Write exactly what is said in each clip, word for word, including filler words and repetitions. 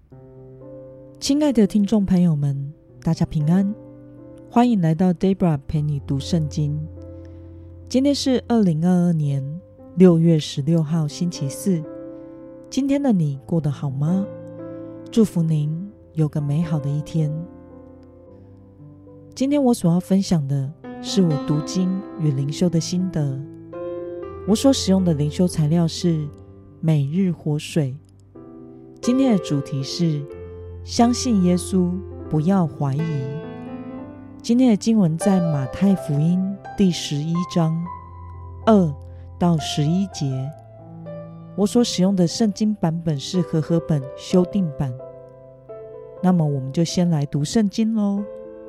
亲爱的听众朋友们，大家平安，欢迎来到 Debra 陪你读圣经。今天是二零二二年六月十六号星期四。今天的你过得好吗？祝福您有个美好的一天。今天我所要分享的是我读经与灵修的心得。我所使用的灵修材料是每日活水。今天的主题是相信耶稣，不要怀疑。今天的经文在马太福音第十一章二到十一节。我所使用的圣经版本是和合本修订版。那么我们就先来读圣经咯。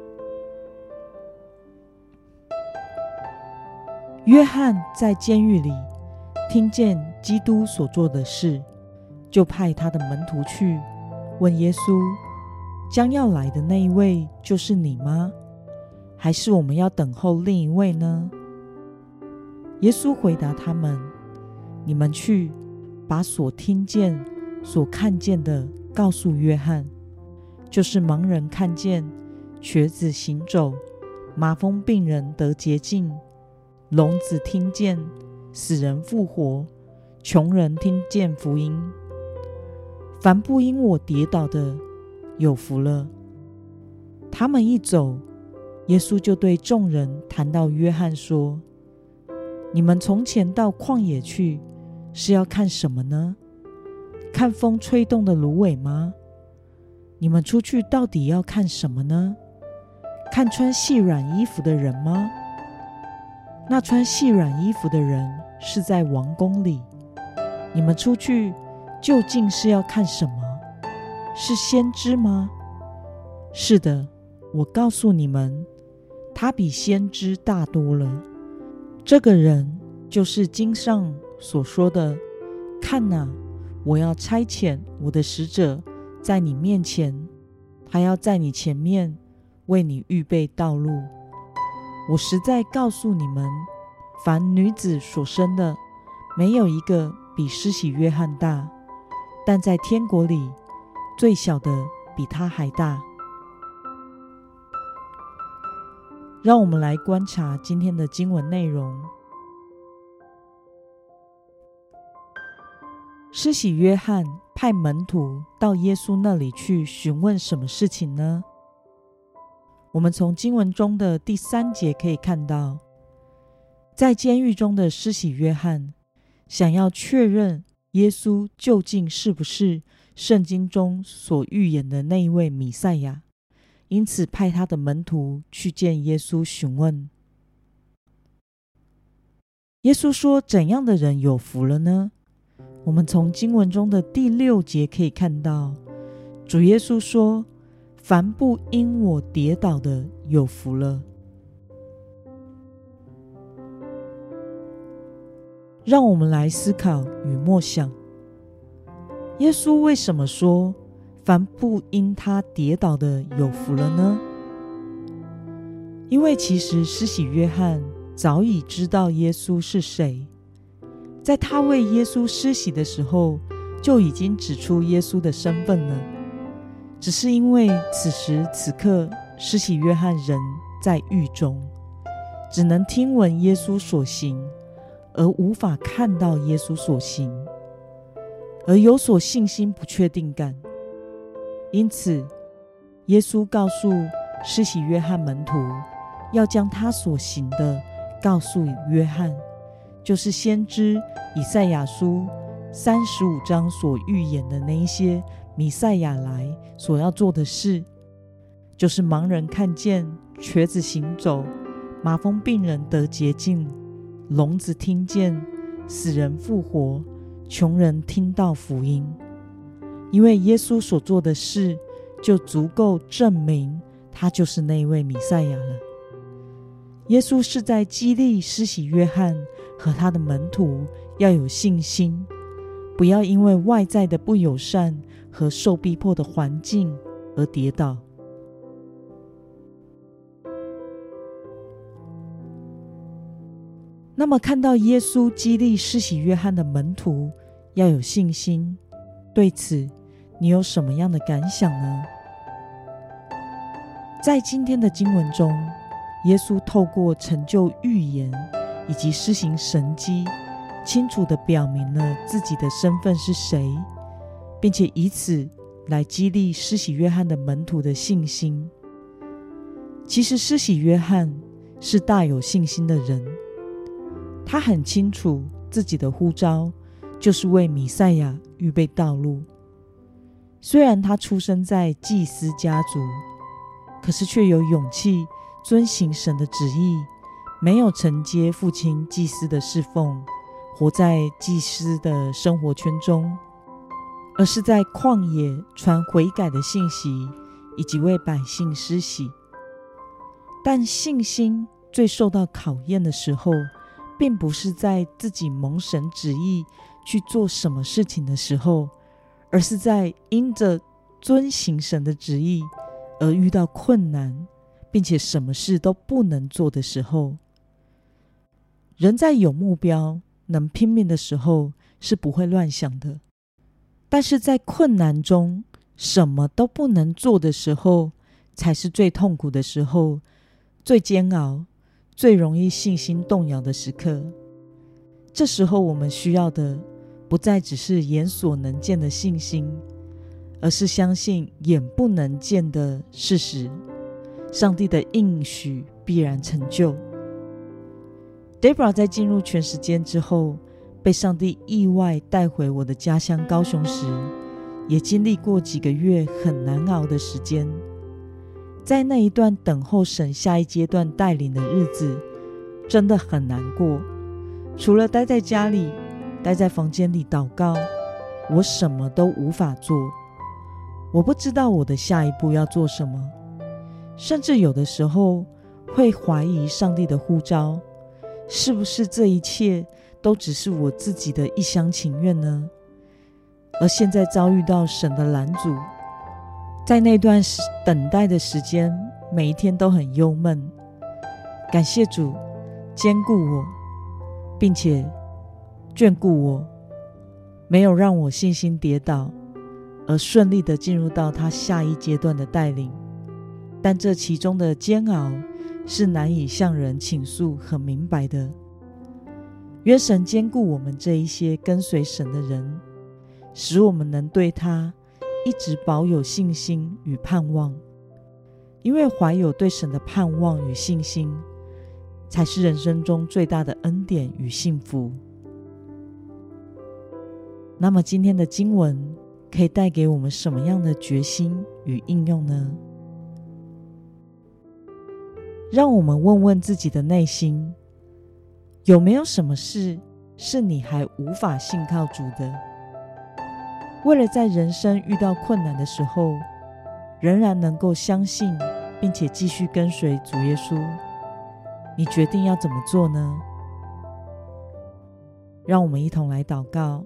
约翰在监狱里听见基督所做的事，就派他的门徒去问耶稣，将要来的那一位就是你吗？还是我们要等候另一位呢？耶稣回答他们，你们去把所听见所看见的告诉约翰，就是盲人看见，瘸子行走，麻风病人得洁净，聋子听见，死人复活，穷人听见福音。凡不因我跌倒的，有福了。他们一走，耶稣就对众人谈到约翰说，你们从前到旷野去，是要看什么呢？看风吹动的芦苇吗？你们出去到底要看什么呢？看穿细软衣服的人吗？那穿细软衣服的人是在王宫里。你们出去究竟是要看什么？是先知吗？是的，我告诉你们，他比先知大多了。这个人就是经上所说的，看哪，我要差遣我的使者在你面前，他要在你前面为你预备道路。我实在告诉你们，凡女子所生的，没有一个比施洗约翰大，但在天国里，最小的比他还大。让我们来观察今天的经文内容。施洗约翰派门徒到耶稣那里去询问什么事情呢？我们从经文中的第三节可以看到，在监狱中的施洗约翰想要确认耶稣究竟是不是圣经中所预言的那一位弥赛亚，因此派他的门徒去见耶稣询问。耶稣说，怎样的人有福了呢？我们从经文中的第六节可以看到，主耶稣说，凡不因我跌倒的有福了。让我们来思考与默想，耶稣为什么说凡不因他跌倒的有福了呢？因为其实施洗约翰早已知道耶稣是谁，在他为耶稣施洗的时候，就已经指出耶稣的身份了。只是因为此时此刻施洗约翰人在狱中，只能听闻耶稣所行，而无法看到耶稣所行，而有所信心不确定感。因此耶稣告诉施洗约翰门徒，要将他所行的告诉约翰，就是先知以赛亚书三十五章所预言的那一些弥赛亚来所要做的事，就是盲人看见，瘸子行走，麻风病人得洁净，聋子听见，死人复活，穷人听到福音。因为耶稣所做的事就足够证明他就是那位弥赛亚了。耶稣是在激励施洗约翰和他的门徒要有信心，不要因为外在的不友善和受逼迫的环境而跌倒。那么看到耶稣激励施洗约翰的门徒要有信心，对此你有什么样的感想呢？在今天的经文中，耶稣透过成就预言以及施行神迹，清楚地表明了自己的身份是谁，并且以此来激励施洗约翰的门徒的信心。其实施洗约翰是大有信心的人，他很清楚自己的呼召就是为弥赛亚预备道路。虽然他出生在祭司家族，可是却有勇气遵行神的旨意，没有承接父亲祭司的侍奉，活在祭司的生活圈中，而是在旷野传悔改的信息，以及为百姓施洗。但信心最受到考验的时候，并不是在自己蒙神旨意去做什么事情的时候，而是在因着遵行神的旨意而遇到困难，并且什么事都不能做的时候。人在有目标能拼命的时候是不会乱想的，但是在困难中什么都不能做的时候，才是最痛苦的时候，最煎熬，最容易信心动摇的时刻。这时候我们需要的不再只是眼所能见的信心，而是相信眼不能见的事实，上帝的应许必然成就。 Deborah 在进入全时间之后，被上帝意外带回我的家乡高雄时，也经历过几个月很难熬的时间。在那一段等候神下一阶段带领的日子，真的很难过。除了待在家里，待在房间里祷告，我什么都无法做。我不知道我的下一步要做什么，甚至有的时候会怀疑上帝的呼召，是不是这一切都只是我自己的一厢情愿呢？而现在遭遇到神的拦阻，在那段等待的时间，每一天都很忧闷。感谢主坚固我，并且眷顾我，没有让我信心跌倒，而顺利地进入到他下一阶段的带领。但这其中的煎熬是难以向人倾诉和明白的。愿神坚固我们这一些跟随神的人，使我们能对他一直保有信心与盼望，因为怀有对神的盼望与信心，才是人生中最大的恩典与幸福。那么今天的经文可以带给我们什么样的决心与应用呢？让我们问问自己的内心，有没有什么事是你还无法信靠主的？为了在人生遇到困难的时候，仍然能够相信并且继续跟随主耶稣，你决定要怎么做呢？让我们一同来祷告。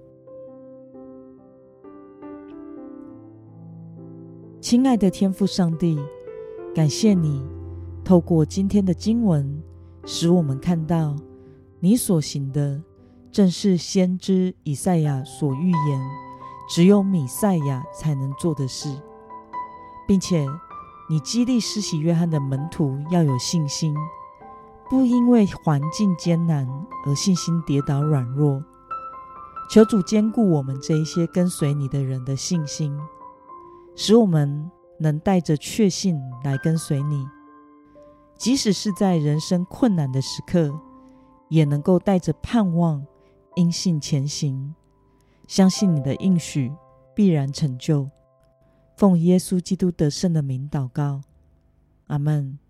亲爱的天父上帝，感谢你透过今天的经文，使我们看到你所行的正是先知以赛亚所预言只有弥赛亚才能做的事，并且你激励施洗约翰的门徒要有信心，不因为环境艰难而信心跌倒软弱。求主坚固我们这一些跟随你的人的信心，使我们能带着确信来跟随你，即使是在人生困难的时刻，也能够带着盼望因信前行，相信你的应许必然成就。奉耶稣基督得胜的名祷告，阿们。